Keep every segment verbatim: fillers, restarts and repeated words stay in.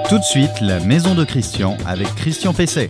Tout de suite, la maison de Christian avec Christian Pesset.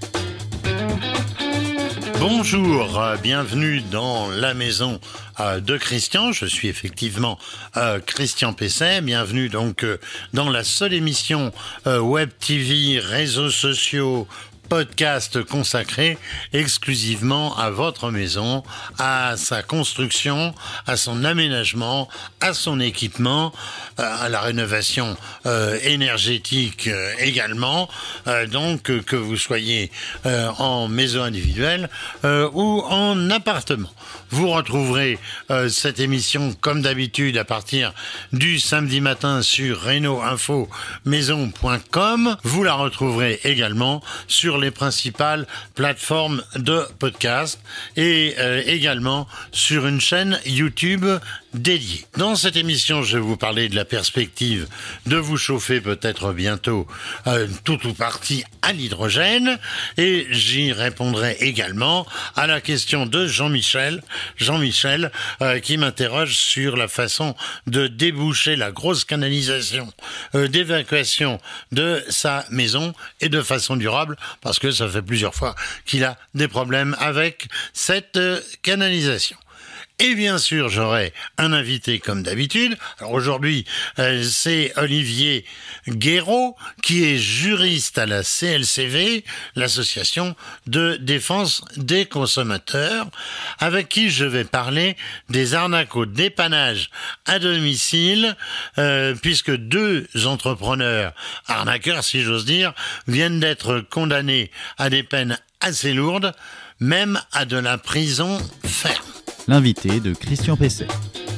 Bonjour, euh, bienvenue dans la maison euh, de Christian. Je suis effectivement euh, Christian Pesset. Bienvenue donc euh, dans la seule émission euh, Web T V, réseaux sociaux, podcast consacré exclusivement à votre maison, à sa construction, à son aménagement, à son équipement, à la rénovation euh, énergétique euh, également. Euh, donc euh, que vous soyez euh, en maison individuelle euh, ou en appartement. Vous retrouverez euh, cette émission comme d'habitude à partir du samedi matin sur reno info maison point com. Vous la retrouverez également sur les principales plateformes de podcast et euh, également sur une chaîne YouTube dédiée. Dans cette émission, je vais vous parler de la perspective de vous chauffer peut-être bientôt euh, tout ou partie à l'hydrogène et j'y répondrai également à la question de Jean-Michel, Jean-Michel euh, qui m'interroge sur la façon de déboucher la grosse canalisation euh, d'évacuation de sa maison et de façon durable parce que ça fait plusieurs fois qu'il a des problèmes avec cette euh, canalisation. Et bien sûr, j'aurai un invité comme d'habitude. Alors aujourd'hui, euh, c'est Olivier Guéraud, qui est juriste à la C L C V, l'association de défense des consommateurs, avec qui je vais parler des arnaques au dépannage à domicile, euh, puisque deux entrepreneurs arnaqueurs, si j'ose dire, viennent d'être condamnés à des peines assez lourdes, même à de la prison ferme. L'invité de Christian Pesset.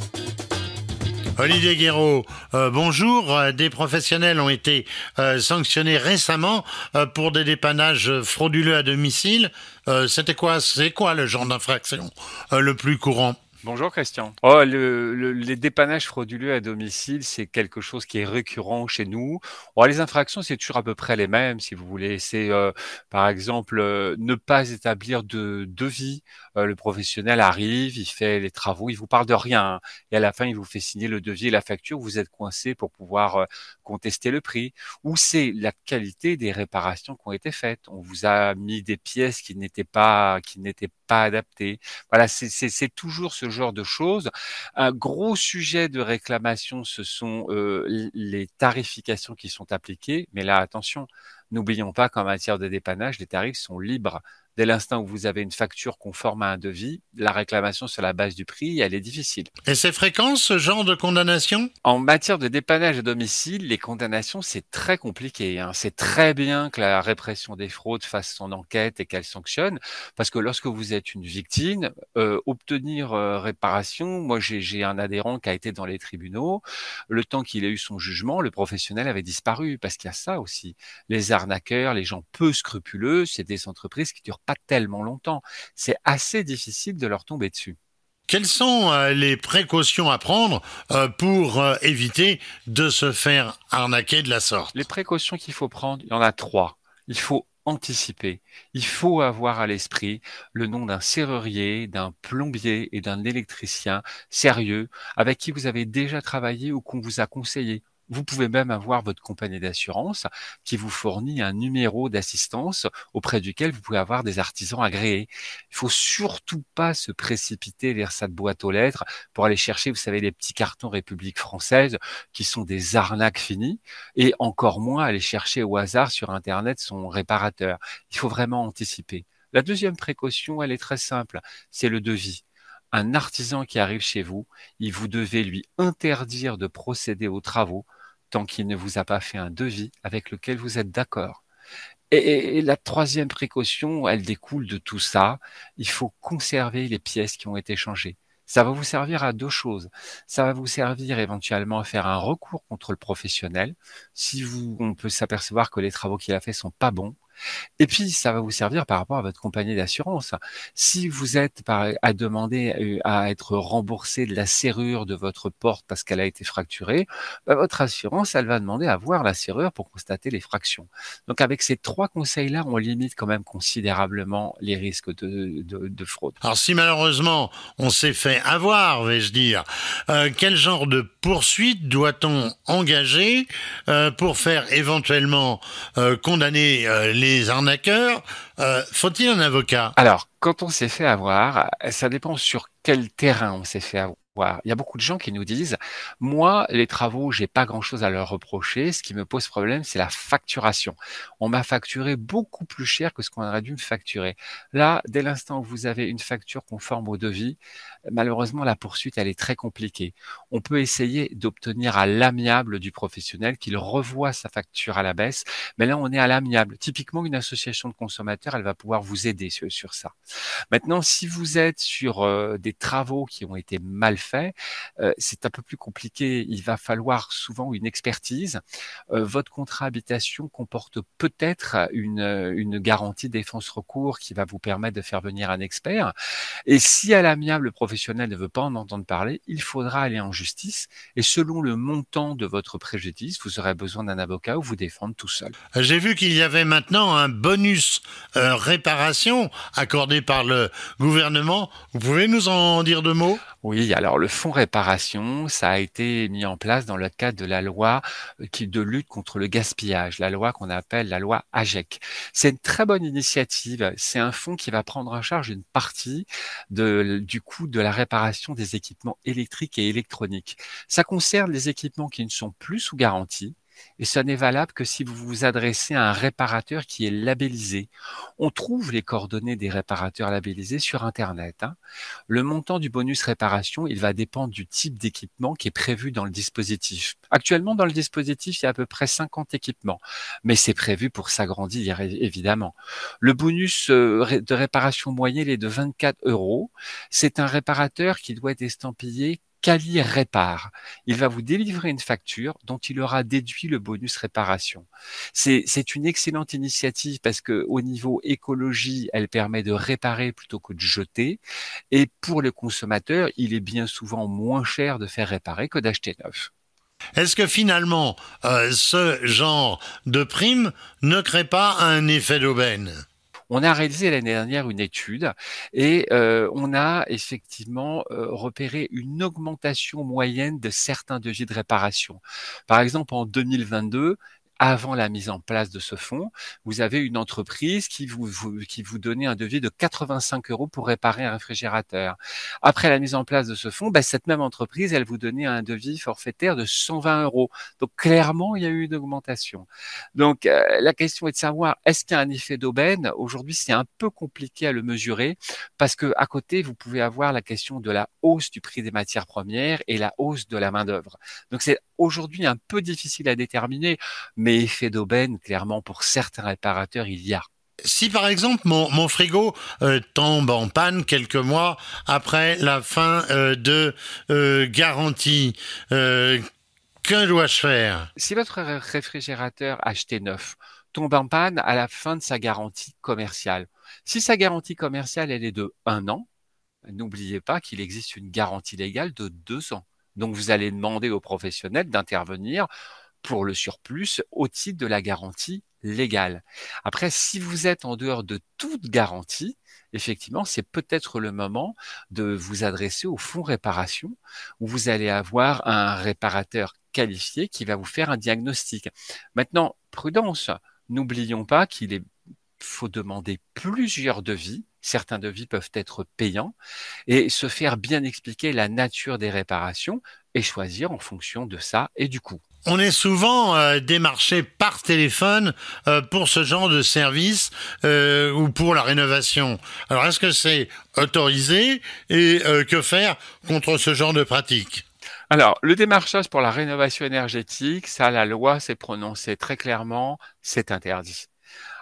Olivier Guéraud, euh, bonjour. Euh, des professionnels ont été euh, sanctionnés récemment euh, pour des dépannages frauduleux à domicile. Euh, c'était quoi, c'est quoi le genre d'infraction euh, le plus courant ? Bonjour Christian. Oh, le, le, les dépannages frauduleux à domicile, c'est quelque chose qui est récurrent chez nous. Oh, les infractions, c'est toujours à peu près les mêmes, si vous voulez. C'est euh, par exemple euh, ne pas établir de devis. Euh, le professionnel arrive, il fait les travaux, il vous parle de rien, hein, et à la fin, il vous fait signer le devis et la facture. Vous êtes coincé pour pouvoir euh, contester le prix. Ou c'est la qualité des réparations qui ont été faites. On vous a mis des pièces qui n'étaient pas qui n'étaient pas adaptées. Voilà, c'est, c'est, c'est toujours ce genre de choses. Un gros sujet de réclamation, ce sont euh, les tarifications qui sont appliquées. Mais là, attention, n'oublions pas qu'en matière de dépannage, les tarifs sont libres. Dès l'instant où vous avez une facture conforme à un devis, la réclamation sur la base du prix, elle est difficile. Et c'est fréquent ce genre de condamnation ? En matière de dépannage à domicile, les condamnations, c'est très compliqué, hein. C'est très bien que la répression des fraudes fasse son enquête et qu'elle sanctionne, parce que lorsque vous êtes une victime, euh, obtenir euh, réparation, moi j'ai, j'ai un adhérent qui a été dans les tribunaux, le temps qu'il ait eu son jugement, le professionnel avait disparu, parce qu'il y a ça aussi. Les arnaqueurs, les gens peu scrupuleux, c'est des entreprises qui durent pas tellement longtemps. C'est assez difficile de leur tomber dessus. Quelles sont euh, les précautions à prendre euh, pour euh, éviter de se faire arnaquer de la sorte ? Les précautions qu'il faut prendre, il y en a trois. Il faut anticiper. Il faut avoir à l'esprit le nom d'un serrurier, d'un plombier et d'un électricien sérieux avec qui vous avez déjà travaillé ou qu'on vous a conseillé. Vous pouvez même avoir votre compagnie d'assurance qui vous fournit un numéro d'assistance auprès duquel vous pouvez avoir des artisans agréés. Il faut surtout pas se précipiter vers cette boîte aux lettres pour aller chercher, vous savez, les petits cartons République française qui sont des arnaques finies et encore moins aller chercher au hasard sur Internet son réparateur. Il faut vraiment anticiper. La deuxième précaution, elle est très simple, c'est le devis. Un artisan qui arrive chez vous, il vous devez lui interdire de procéder aux travaux tant qu'il ne vous a pas fait un devis avec lequel vous êtes d'accord. Et, et, et la troisième précaution, elle découle de tout ça. Il faut conserver les pièces qui ont été changées. Ça va vous servir à deux choses. Ça va vous servir éventuellement à faire un recours contre le professionnel si vous, on peut s'apercevoir que les travaux qu'il a faits sont pas bons. Et puis, ça va vous servir par rapport à votre compagnie d'assurance. Si vous êtes par- à demander euh, à être remboursé de la serrure de votre porte parce qu'elle a été fracturée, bah, votre assurance, elle va demander à voir la serrure pour constater les fractions. Donc, avec ces trois conseils-là, on limite quand même considérablement les risques de, de, de fraude. Alors si malheureusement on s'est fait avoir, vais-je dire, euh, quel genre de poursuite doit-on engager euh, pour faire éventuellement euh, condamner euh, les arnaqueurs? Euh, Faut-il un avocat? Alors, quand on s'est fait avoir, ça dépend sur quel terrain on s'est fait avoir. Il y a beaucoup de gens qui nous disent, moi, les travaux, j'ai pas grand-chose à leur reprocher. Ce qui me pose problème, c'est la facturation. On m'a facturé beaucoup plus cher que ce qu'on aurait dû me facturer. Là, dès l'instant où vous avez une facture conforme au devis, malheureusement, la poursuite, elle est très compliquée. On peut essayer d'obtenir à l'amiable du professionnel qu'il revoie sa facture à la baisse, mais là, on est à l'amiable. Typiquement, une association de consommateurs, elle va pouvoir vous aider sur, sur ça. Maintenant, si vous êtes sur euh, des travaux qui ont été mal faits, euh, c'est un peu plus compliqué. Il va falloir souvent une expertise. Euh, votre contrat habitation comporte peut-être une, une garantie défense-recours qui va vous permettre de faire venir un expert. Et si à l'amiable, le professionnel ne veut pas en entendre parler, il faudra aller en justice. Et selon le montant de votre préjudice, vous aurez besoin d'un avocat ou vous défendre tout seul. J'ai vu qu'il y avait maintenant un bonus euh, réparation accordé par le gouvernement. Vous pouvez nous en dire deux mots? Oui, alors le fonds réparation, ça a été mis en place dans le cadre de la loi qui de lutte contre le gaspillage, la loi qu'on appelle la loi AGEC. C'est une très bonne initiative. C'est un fonds qui va prendre en charge une partie de, du coût de la réparation des équipements électriques et électroniques. Ça concerne les équipements qui ne sont plus sous garantie. Et ça n'est valable que si vous vous adressez à un réparateur qui est labellisé. On trouve les coordonnées des réparateurs labellisés sur Internet. Hein. Le montant du bonus réparation, il va dépendre du type d'équipement qui est prévu dans le dispositif. Actuellement, dans le dispositif, il y a à peu près cinquante équipements, mais c'est prévu pour s'agrandir, évidemment. Le bonus de réparation moyen, il est de vingt-quatre euros. C'est un réparateur qui doit être estampillé Quali Répare. Il va vous délivrer une facture dont il aura déduit le bonus réparation. C'est, c'est une excellente initiative parce que au niveau écologie, elle permet de réparer plutôt que de jeter. Et pour le consommateur, il est bien souvent moins cher de faire réparer que d'acheter neuf. Est-ce que finalement, euh, ce genre de prime ne crée pas un effet d'aubaine? On a réalisé l'année dernière une étude et euh, on a effectivement euh, repéré une augmentation moyenne de certains devis de réparation. Par exemple, en deux mille vingt-deux, avant la mise en place de ce fonds, vous avez une entreprise qui vous, vous, qui vous donnait un devis de quatre-vingt-cinq euros pour réparer un réfrigérateur. Après la mise en place de ce fonds, ben, cette même entreprise, elle vous donnait un devis forfaitaire de cent vingt euros. Donc clairement, il y a eu une augmentation. Donc euh, la question est de savoir, est-ce qu'il y a un effet d'aubaine? Aujourd'hui, c'est un peu compliqué à le mesurer parce que à côté, vous pouvez avoir la question de la hausse du prix des matières premières et la hausse de la main-d'œuvre. Donc c'est aujourd'hui un peu difficile à déterminer, mais effet d'aubaine, clairement, pour certains réparateurs, il y a. Si par exemple mon, mon frigo euh, tombe en panne quelques mois après la fin euh, de euh, garantie, euh, que dois-je faire? Si votre réfrigérateur acheté neuf tombe en panne à la fin de sa garantie commerciale, si sa garantie commerciale elle est de un an, n'oubliez pas qu'il existe une garantie légale de deux ans. Donc vous allez demander au professionnel d'intervenir pour le surplus au titre de la garantie légale. Après, si vous êtes en dehors de toute garantie, effectivement, c'est peut-être le moment de vous adresser au fonds réparation où vous allez avoir un réparateur qualifié qui va vous faire un diagnostic. Maintenant, prudence, n'oublions pas qu'il est faut demander plusieurs devis. Certains devis peuvent être payants et se faire bien expliquer la nature des réparations et choisir en fonction de ça et du coût. On est souvent euh, démarché par téléphone euh, pour ce genre de service euh, ou pour la rénovation. Alors est-ce que c'est autorisé et euh, que faire contre ce genre de pratique? Alors, le démarchage pour la rénovation énergétique, ça, la loi s'est prononcée très clairement, c'est interdit.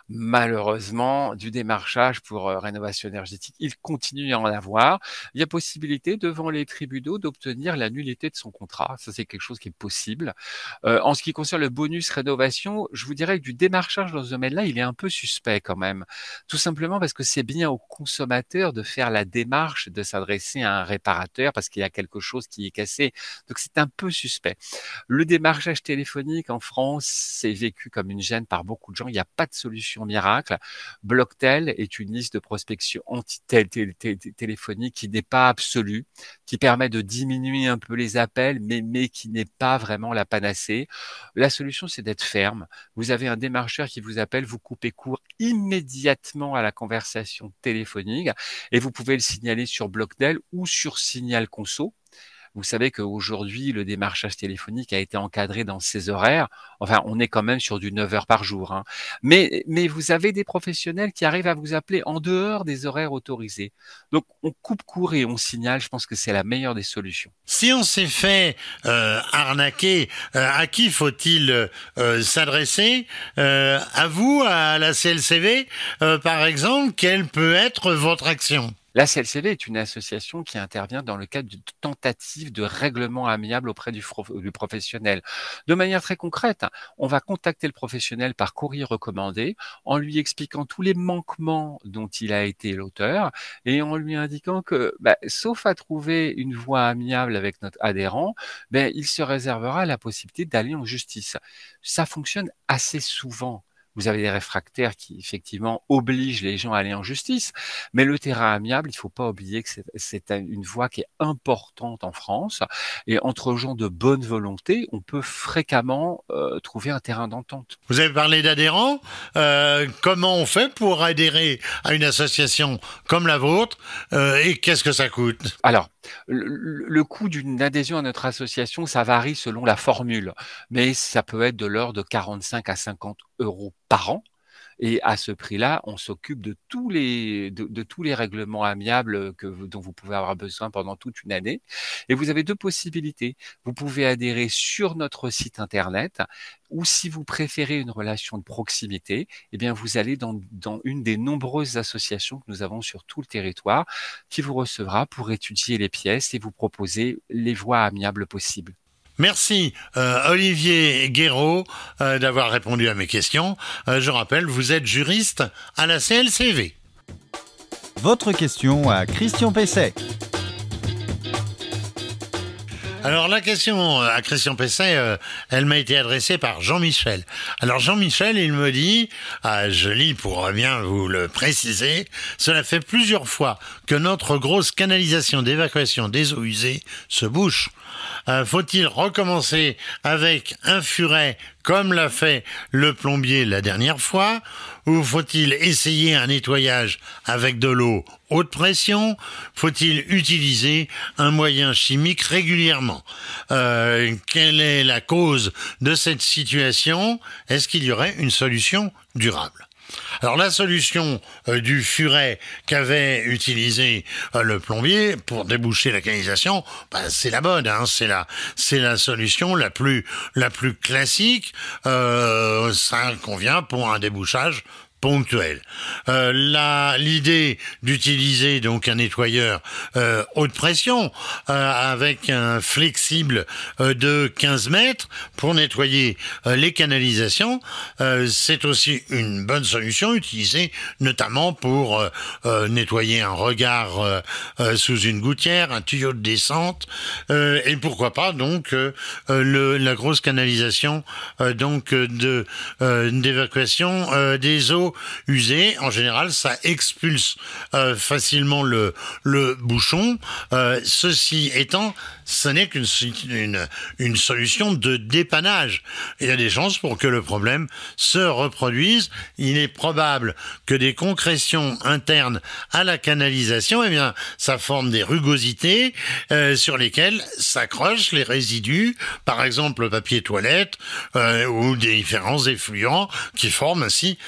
Malheureusement, du démarchage pour euh, rénovation énergétique, il continue à en avoir. Il y a possibilité devant les tribunaux d'obtenir la nullité de son contrat. Ça, c'est quelque chose qui est possible. Euh, en ce qui concerne le bonus rénovation, je vous dirais que du démarchage dans ce domaine-là, il est un peu suspect quand même. Tout simplement parce que c'est bien au consommateur de faire la démarche de s'adresser à un réparateur parce qu'il y a quelque chose qui est cassé. Donc c'est un peu suspect. Le démarchage téléphonique en France, c'est vécu comme une gêne par beaucoup de gens. Il n'y a pas de solution miracle. Blocktel est une liste de prospection anti-téléphonique qui n'est pas absolue, qui permet de diminuer un peu les appels, mais, mais qui n'est pas vraiment la panacée. La solution, c'est d'être ferme. Vous avez un démarcheur qui vous appelle, vous coupez court immédiatement à la conversation téléphonique et vous pouvez le signaler sur Blocktel ou sur Signal Conso. Vous savez qu'aujourd'hui, le démarchage téléphonique a été encadré dans ses horaires. Enfin, on est quand même sur du neuf heures par jour. Hein. Mais, mais vous avez des professionnels qui arrivent à vous appeler en dehors des horaires autorisés. Donc, on coupe court et on signale. Je pense que c'est la meilleure des solutions. Si on s'est fait euh, arnaquer, euh, à qui faut-il euh, s'adresser euh, À vous, à la C L C V, euh, par exemple, quelle peut être votre action ? La C L C V est une association qui intervient dans le cadre d'une tentative de règlement amiable auprès du, fro- du professionnel. De manière très concrète, on va contacter le professionnel par courrier recommandé en lui expliquant tous les manquements dont il a été l'auteur et en lui indiquant que, bah, sauf à trouver une voie amiable avec notre adhérent, ben, il se réservera la possibilité d'aller en justice. Ça fonctionne assez souvent. Vous avez des réfractaires qui, effectivement, obligent les gens à aller en justice. Mais le terrain amiable, il ne faut pas oublier que c'est, c'est une voie qui est importante en France. Et entre gens de bonne volonté, on peut fréquemment euh, trouver un terrain d'entente. Vous avez parlé d'adhérents. Euh, comment on fait pour adhérer à une association comme la vôtre euh, et qu'est-ce que ça coûte ? Alors, le, le coût d'une adhésion à notre association, ça varie selon la formule, mais ça peut être de l'ordre de quarante-cinq à cinquante euros par an. Et à ce prix-là, on s'occupe de tous les de, de tous les règlements amiables que vous- dont vous pouvez avoir besoin pendant toute une année. Et vous avez deux possibilités. Vous pouvez adhérer sur notre site internet, ou si vous préférez une relation de proximité, eh bien vous allez dans, dans une des nombreuses associations que nous avons sur tout le territoire, qui vous recevra pour étudier les pièces et vous proposer les voies amiables possibles. Merci euh, Olivier Guéraud euh, d'avoir répondu à mes questions. Euh, je rappelle, vous êtes juriste à la C L C V. Votre question à Christian Pesset. Alors la question à Christian Pesset, euh, elle m'a été adressée par Jean-Michel. Alors Jean-Michel, il me dit, ah, je lis pour bien vous le préciser, cela fait plusieurs fois que notre grosse canalisation d'évacuation des eaux usées se bouche. Euh, faut-il recommencer avec un furet comme l'a fait le plombier la dernière fois, ou faut-il essayer un nettoyage avec de l'eau haute pression? Faut-il utiliser un moyen chimique régulièrement? euh, Quelle est la cause de cette situation? Est-ce qu'il y aurait une solution durable? Alors la solution euh, du furet qu'avait utilisé euh, le plombier pour déboucher la canalisation, bah, c'est la bonne, hein, c'est la c'est la solution la plus la plus classique. Euh, ça convient pour un débouchage ponctuel. Euh, là, l'idée d'utiliser donc un nettoyeur euh, haute pression euh, avec un flexible euh, de quinze mètres pour nettoyer euh, les canalisations, euh, c'est aussi une bonne solution utilisée notamment pour euh, euh, nettoyer un regard euh, euh, sous une gouttière, un tuyau de descente euh, et pourquoi pas donc euh, le, la grosse canalisation euh, donc de euh, d'évacuation euh, des eaux usées. En général, ça expulse euh, facilement le, le bouchon. Euh, ceci étant, ce n'est qu'une une, une solution de dépannage. Il y a des chances pour que le problème se reproduise. Il est probable que des concrétions internes à la canalisation, eh bien, ça forme des rugosités euh, sur lesquelles s'accrochent les résidus, par exemple le papier toilette euh, ou des différents effluents qui forment ainsi un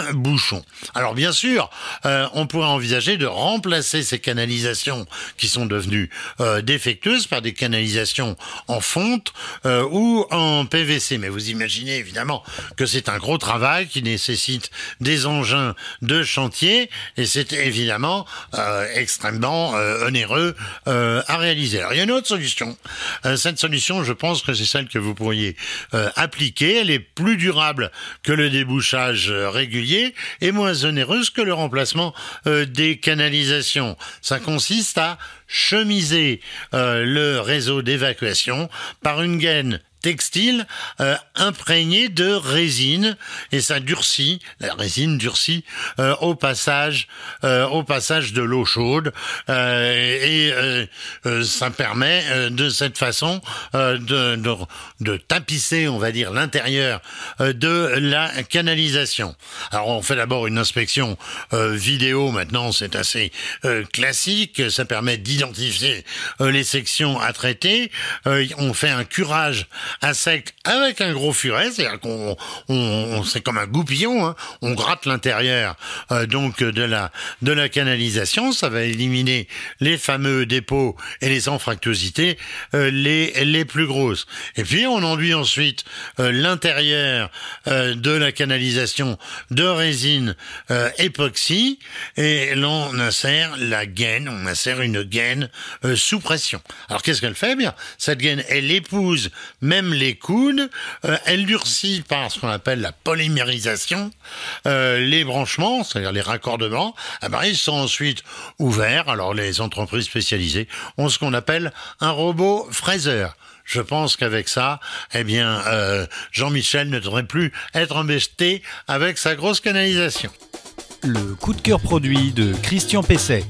un bouchon. Alors bien sûr, euh, on pourrait envisager de remplacer ces canalisations qui sont devenues euh, défectueuses par des canalisations en fonte euh, ou en P V C. Mais vous imaginez évidemment que c'est un gros travail qui nécessite des engins de chantier et c'est évidemment euh, extrêmement euh, onéreux euh, à réaliser. Alors il y a une autre solution. Euh, cette solution, je pense que c'est celle que vous pourriez euh, appliquer. Elle est plus durable que le débouchage euh, régulier et moins onéreuse que le remplacement euh, des canalisations. Ça consiste à chemiser euh, le réseau d'évacuation par une gaine textile euh, imprégné de résine et ça durcit, la résine durcit euh, au passage euh, au passage de l'eau chaude euh, et euh, euh, ça permet euh, de cette façon euh, de, de de tapisser, on va dire, l'intérieur euh, de la canalisation. Alors on fait d'abord une inspection euh, vidéo, maintenant c'est assez euh, classique, ça permet d'identifier euh, les sections à traiter, euh, on fait un curage à sec avec un gros furet, c'est-à-dire qu'on on, on, c'est comme un goupillon, hein, on gratte l'intérieur euh, donc de la de la canalisation, ça va éliminer les fameux dépôts et les anfractuosités euh, les les plus grosses. Et puis on enduit ensuite euh, l'intérieur euh, de la canalisation de résine euh, époxy et l'on insère la gaine, on insère une gaine euh, sous pression. Alors qu'est-ce qu'elle fait ? Eh bien, cette gaine, elle épouse même les coudes, euh, elle durcit par ce qu'on appelle la polymérisation, euh, les branchements, c'est-à-dire les raccordements, eh ben, ils sont ensuite ouverts. Alors les entreprises spécialisées ont ce qu'on appelle un robot fraiseur. Je pense qu'avec ça, eh bien, euh, Jean-Michel ne devrait plus être embêté avec sa grosse canalisation. Le coup de cœur produit de Christian Pesset.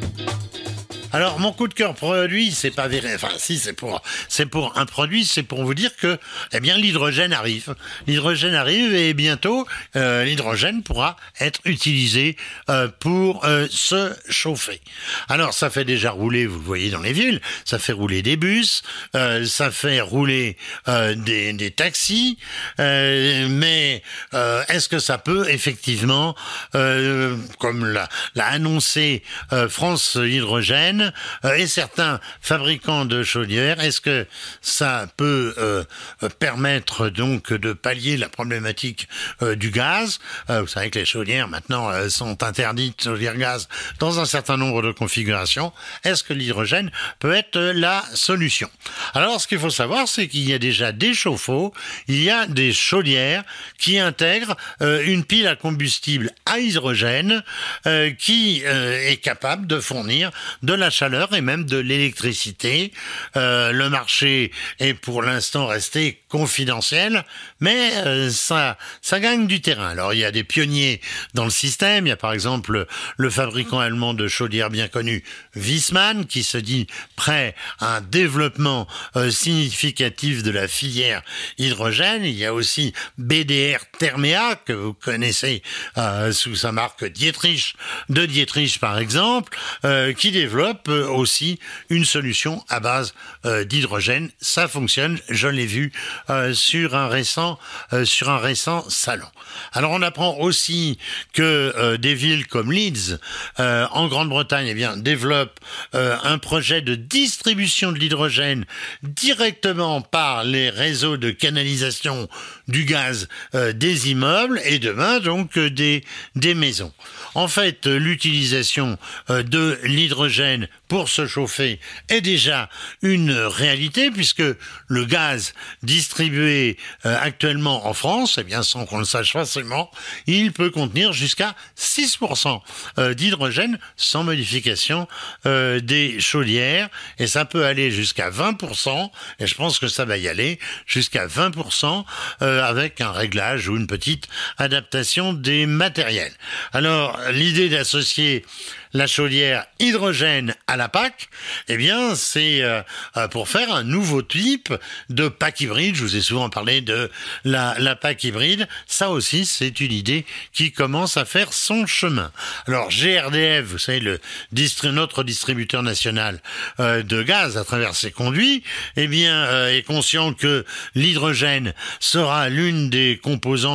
Alors, mon coup de cœur produit, c'est pas vrai, enfin, si, c'est pour, c'est pour un produit, c'est pour vous dire que, eh bien, l'hydrogène arrive. L'hydrogène arrive et bientôt, euh, l'hydrogène pourra être utilisé, euh, pour, euh, se chauffer. Alors, ça fait déjà rouler, vous le voyez dans les villes, ça fait rouler des bus, euh, ça fait rouler, euh, des, des taxis, euh, mais, euh, est-ce que ça peut, effectivement, euh, comme l'a, l'a annoncé, euh, France Hydrogène, Euh, et certains fabricants de chaudières, est-ce que ça peut euh, permettre donc de pallier la problématique euh, du gaz ? euh, Vous savez que les chaudières maintenant euh, sont interdites, chaudières gaz, dans un certain nombre de configurations. Est-ce que l'hydrogène peut être la solution ? Alors, ce qu'il faut savoir, c'est qu'il y a déjà des chauffe-eau, il y a des chaudières qui intègrent euh, une pile à combustible à hydrogène euh, qui euh, est capable de fournir de la chaleur et même de l'électricité. Euh, le marché est pour l'instant resté confidentiel, mais euh, ça, ça gagne du terrain. Alors il y a des pionniers dans le système. Il y a par exemple le fabricant allemand de chaudières bien connu, Viessmann, qui se dit prêt à un développement euh, significatif de la filière hydrogène. Il y a aussi B D R Thermea, que vous connaissez euh, sous sa marque Dietrich, de Dietrich par exemple, euh, qui développe aussi une solution à base euh, d'hydrogène. Ça fonctionne, je l'ai vu euh, sur un récent euh, sur un récent salon. Alors on apprend aussi que euh, des villes comme Leeds euh, en Grande-Bretagne, eh bien développent euh, un projet de distribution de l'hydrogène directement par les réseaux de canalisation du gaz euh, des immeubles et demain donc euh, des des maisons. En fait, euh, l'utilisation euh, de l'hydrogène pour se chauffer est déjà une réalité puisque le gaz distribué euh, actuellement en France, eh bien sans qu'on le sache facilement, il peut contenir jusqu'à six pour cent euh, d'hydrogène sans modification euh, des chaudières et ça peut aller jusqu'à vingt pour cent et je pense que ça va y aller jusqu'à vingt pour cent euh, avec un réglage ou une petite adaptation des matériels. Alors l'idée d'associer la chaudière hydrogène à la P A C, eh bien, c'est euh, pour faire un nouveau type de pack hybride. Je vous ai souvent parlé de la, la pack hybride. Ça aussi, c'est une idée qui commence à faire son chemin. Alors, G R D F, vous savez, le distri- notre distributeur national euh, de gaz à travers ses conduits, eh bien, euh, est conscient que l'hydrogène sera l'une des composantes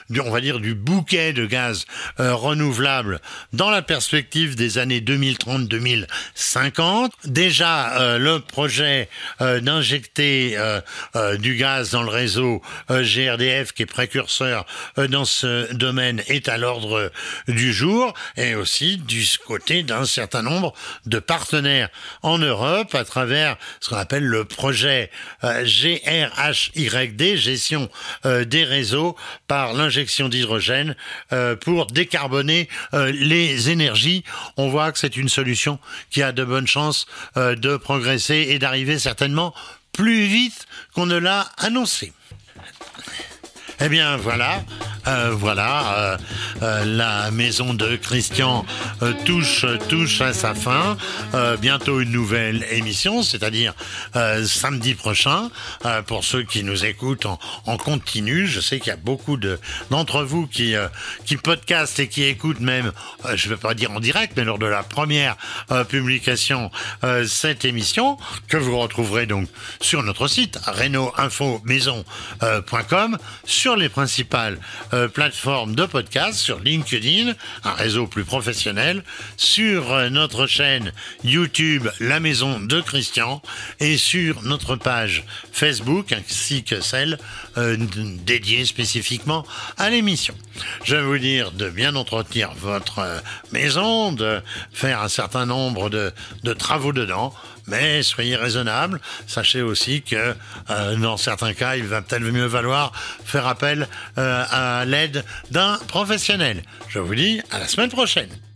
du, on va dire, du bouquet de gaz euh, renouvelable dans la perspective des années deux mille trente deux mille cinquante. Déjà, euh, le projet euh, d'injecter euh, euh, du gaz dans le réseau euh, G R D F, qui est précurseur euh, dans ce domaine, est à l'ordre du jour, et aussi du côté d'un certain nombre de partenaires en Europe à travers ce qu'on appelle le projet euh, G R H Y D, gestion euh, des réseaux par l'injection d'hydrogène euh, pour décarboner euh, les énergies. On voit que c'est une solution qui a de bonnes chances euh, de progresser et d'arriver certainement plus vite qu'on ne l'a annoncé. Eh bien voilà, euh, voilà, euh, euh, la maison de Christian euh, touche touche à sa fin. Euh, bientôt une nouvelle émission, c'est-à-dire euh, samedi prochain. Euh, pour ceux qui nous écoutent en, en continu, je sais qu'il y a beaucoup de d'entre vous qui euh, qui podcastent et qui écoutent même, euh, je ne vais pas dire en direct, mais lors de la première euh, publication euh, cette émission que vous retrouverez donc sur notre site reno info maison point com, sur les principales euh, plateformes de podcast, sur LinkedIn, un réseau plus professionnel, sur euh, notre chaîne YouTube La Maison de Christian, et sur notre page Facebook, ainsi que celle euh, dédiée spécifiquement à l'émission. Je vais vous dire de bien entretenir votre euh, maison, de faire un certain nombre de, de travaux dedans, mais soyez raisonnables. Sachez aussi que euh, dans certains cas, il va peut-être mieux valoir faire appel euh, à l'aide d'un professionnel. Je vous dis à la semaine prochaine.